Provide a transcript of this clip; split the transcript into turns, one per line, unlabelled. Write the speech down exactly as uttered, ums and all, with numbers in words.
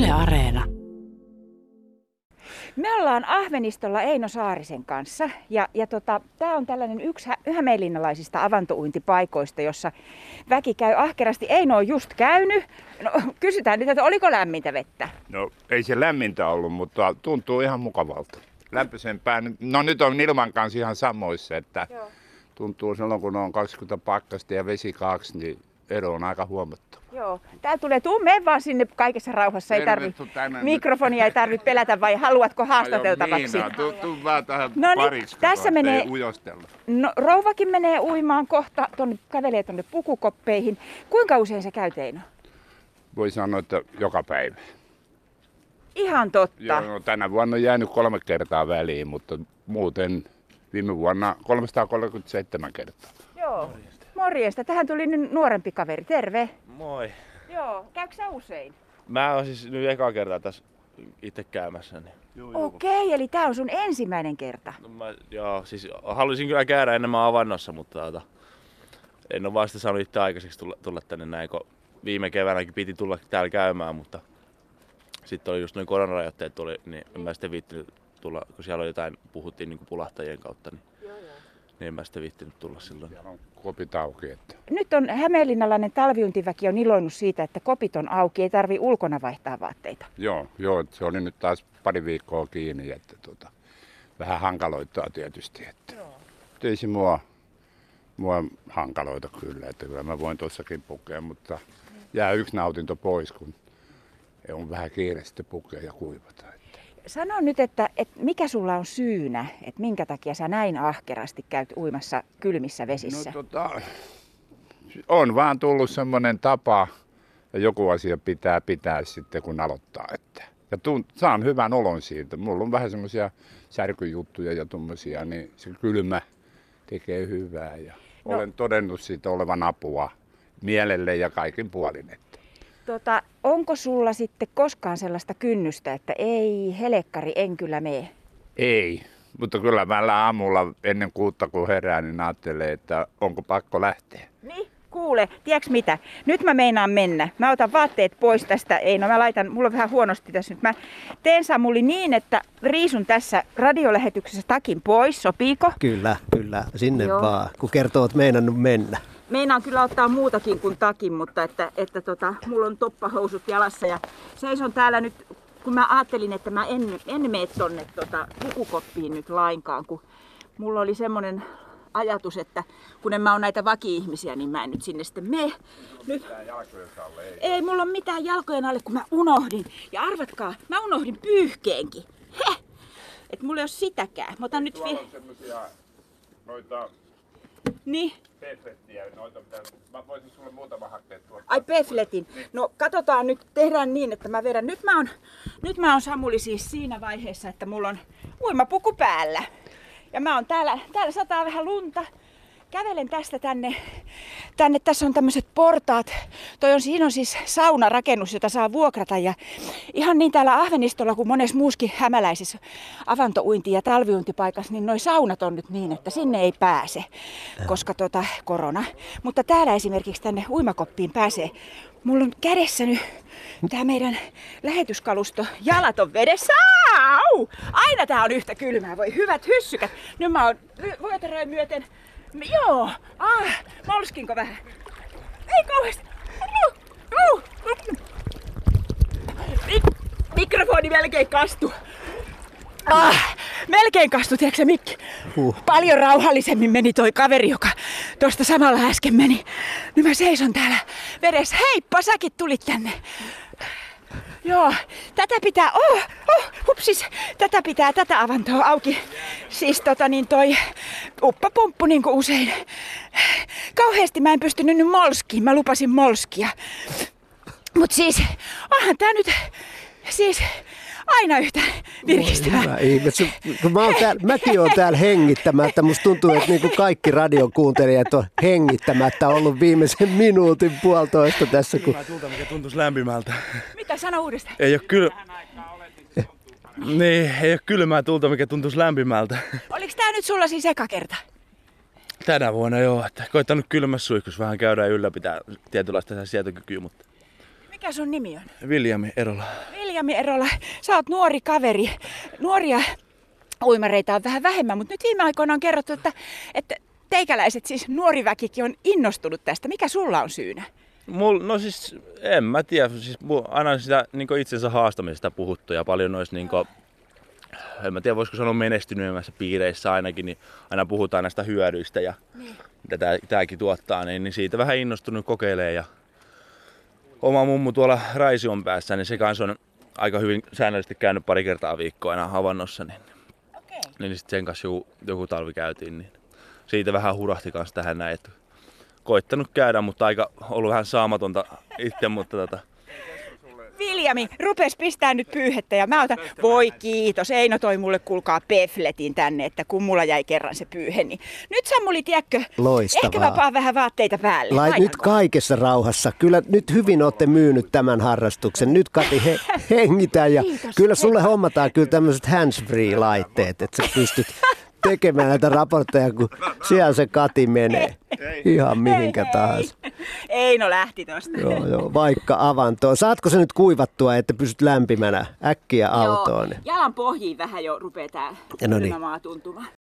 Yle Areena.
Me ollaan Ahvenistolla Eino Saarisen kanssa ja, ja tota, tämä on tällainen yksi hä- hämeenlinnalaisista avantouintipaikoista, jossa väki käy ahkerasti. Eino on just käynyt. No, kysytään nyt, että oliko lämmintä vettä?
No ei se lämmintä ollut, mutta tuntuu ihan mukavalta. Lämpöisempää. No nyt on ilman kanssa ihan samoissa, että Joo. tuntuu silloin kun on kaksikymmentä pakkasta ja vesi kaksi, niin ero on aika huomattava.
Joo. Täällä tulee, tuu mene vaan sinne kaikessa rauhassa, ei tarvitse, mikrofonia ei tarvitse pelätä, vai haluatko haastateltavaksi?
Niin, tuu, tuu vaan tähän
no
pariksi,
niin, tässä menee,
ujostella.
No rouvakin menee uimaan kohta, tonne, kävelee tuonne pukukoppeihin. Kuinka usein sä käyt, Eino?
Voi sanoa, että joka päivä.
Ihan totta.
Joo, no, tänä vuonna on jäänyt kolme kertaa väliin, mutta muuten viime vuonna kolmesataakolmekymmentäseitsemän kertaa.
Joo. Morjesta. Morjesta. Tähän tuli nyt nuorempi kaveri. Terve.
Moi.
Joo. Käykö sä usein?
Mä oon siis nyt eka kertaa tässä itse käymässä. Niin.
Okei, eli tää on sun ensimmäinen kerta.
No mä, joo, siis haluaisin kyllä käydä enemmän avannossa, mutta tota, en ole vasta saanut itse aikaiseksi tulla, tulla tänne näin, kun viime keväänäkin piti tulla täällä käymään, mutta sitten oli just noin koronarajoitteet tuli, niin en mä sitten viittinyt tulla, kun siellä oli jotain, puhuttiin niin kuin pulahtajien kautta, niin, joo, joo. niin en mä sitten viittinyt tulla silloin.
Siellä on kopit auki. Että.
Nyt on hämeenlinnalainen talviuntiväki on iloinut siitä, että kopit on auki, ei tarvii ulkona vaihtaa vaatteita.
Joo, joo, se oli nyt taas pari viikkoa kiinni, että tota, vähän hankaloittaa tietysti. Että. Ei se mua, mua hankaloita kyllä, että kyllä mä voin tuossakin pukea, mutta jää yksi nautinto pois, kun on vähän kiire sitten pukea ja kuivata. Että.
Sano nyt, että, että mikä sulla on syynä, että minkä takia sä näin ahkerasti käyt uimassa kylmissä vesissä?
No, tota, on vaan tullut semmoinen tapa ja joku asia pitää pitää sitten kun aloittaa. Että. Ja tunt, saan hyvän olon siitä. Mulla on vähän semmoisia särkyjuttuja ja tommosia, niin se kylmä tekee hyvää. Ja no. Olen todennut siitä olevan apua mielelle ja kaikin puolin. Että.
Tota, onko sulla sitten koskaan sellaista kynnystä, että ei helekkari, en kyllä mene?
Ei, mutta kyllä mä aamulla ennen kuutta kun herään, niin ajattelee, että onko pakko lähteä.
Niin, kuule, tiedätkö mitä? Nyt mä meinaan mennä. Mä otan vaatteet pois tästä. Ei, no mä laitan, mulla on vähän huonosti tässä nyt. Mä teen Samuli niin, että riisun tässä radiolähetyksessä takin pois. Sopiiko?
Kyllä, kyllä. Sinne
Joo.
vaan, kun kertoo, että meinannut mennä.
Meinaan kyllä ottaa muutakin kuin takin, mutta että, että tota, mulla on toppahousut jalassa ja seison täällä nyt, kun mä ajattelin, että mä en, en mene tonne tota, pukukoppiin nyt lainkaan, kun mulla oli semmoinen ajatus, että kun en mä oon näitä vaki-ihmisiä, niin mä en nyt sinne sitten mene. Nyt... Ei. ei mulla ole mitään jalkojen alle, kun mä unohdin. Ja arvatkaa, mä unohdin pyyhkeenkin. Heh! Et mulla ei ole sitäkään. Mä otan nyt...
Tuolla on semmosia noita...
Niin.
Peflettiä, noita pitäisi, mä voisin sulle muutama hakkeet tuoda.
Ai pefletin. No katsotaan nyt, tehdään niin, että mä vedän. Nyt mä oon, nyt mä oon Samuli siis siinä vaiheessa, että mulla on uimapuku päällä. Ja mä oon täällä, täällä sataa vähän lunta. Kävelen tästä tänne, tänne, tässä on tämmöiset portaat. Toi on, siinä on siis saunarakennus, jota saa vuokrata. Ja ihan niin täällä Ahvenistolla kuin monessa muuskin hämäläisessä avantouinti- ja talviuintipaikassa, niin noi saunat on nyt niin, että sinne ei pääse, koska tota korona. Mutta täällä esimerkiksi tänne uimakoppiin pääsee. Mulla on kädessä nyt tää meidän lähetyskalusto. Jalat on vedessä. Au! Aina tää on yhtä kylmää. Voi hyvät hyssykät. Nyt mä oon vyötäröön myöten. Joo! Ah, molskinko vähän? Ei kauheasti! Uh, uh, uh. Mik- mikrofoni melkein kastu. Ah, melkein kastu, tiedätkö Mikki? Uh. Paljon rauhallisemmin meni toi kaveri, joka tosta samalla äsken meni. Nyt mä seison täällä vedessä. Heippa, säkin tulit tänne. Joo, tätä pitää, oh, oh, hupsis, tätä pitää, tätä avantoa auki. Siis tota niin toi uppapumppu niin kuin usein. Kauheasti mä en pystynyt nyt molskiin, mä lupasin molskia. Mut siis, onhan tää nyt, siis aina yhtä virkistävää.
Hyvä ihme. Mä oon täällä, mäkin oon täällä hengittämättä. Musta tuntuu, että niinku kaikki radion kuuntelijat on hengittämättä ollut viimeisen minuutin puolitoista tässä. Kun...
Kylmää tulta, mikä tuntuisi lämpimältä.
Mitä sano uudestaan?
Ei oo kyl... Niin, ei oo kylmää tulta, mikä tuntuisi lämpimältä.
Oliks tää nyt sulla siis eka kerta?
Tänä vuonna joo, että koittanut kylmässä suihkussa vähän käydä ja ylläpitää tietynlaista sietokykyä, mutta...
Mikä sun nimi on?
Viljami Erola.
Viljami Erola, sä oot nuori kaveri. Nuoria uimareita on vähän vähemmän, mutta nyt viime aikoina on kerrottu, että, että teikäläiset, siis nuori väkikin on innostunut tästä. Mikä sulla on syynä?
Mul, no siis en mä tiedä, siis aina sitä niin itsensä haastamisesta puhuttu ja paljon noissa, niin kuin, en mä tiedä voisiko sanoa menestyneemmässä piireissä ainakin, niin aina puhutaan näistä hyödyistä ja niin. mitä tää, tääkin tuottaa, niin, niin siitä vähän innostunut kokeilemaan. Ja oma mummu tuolla Raision päässä, niin se kanssa on aika hyvin säännöllisesti käynyt pari kertaa viikkoa aina avannossa, niin, okay. niin sitten sen kanssa joku, joku talvi käytiin, niin siitä vähän hurahti kanssa tähän näin, että koittanut käydä, mutta aika ollut vähän saamatonta itse, mutta tota.
Viljami, rupes pistää nyt pyyhettä ja mä otan, voi kiitos, Eino toi mulle kuulkaa pefletin tänne, että kun mulla jäi kerran se pyyhe, niin nyt Samuli, tiedätkö,
loistavaa.
Ehkä mä paan vähän vaatteita päälle.
Lait nyt kaikessa rauhassa. Kyllä nyt hyvin olette myynyt tämän harrastuksen. Nyt Kati he, hengitä ja kiitos. Kyllä sulle hommataan kyllä tämmöiset hands-free-laitteet, että sä pystyt tekemään näitä raportteja, kun siellä se Kati menee. Ihan mihinkä ei, tahansa.
Ei. Eino lähti tosta.
Joo, joo, vaikka avantoon. Saatko se nyt kuivattua, että pysyt lämpimänä äkkiä autoon?
Joo, jalan pohjiin vähän jo rupeaa tää
no niin.
maa tuntumaan.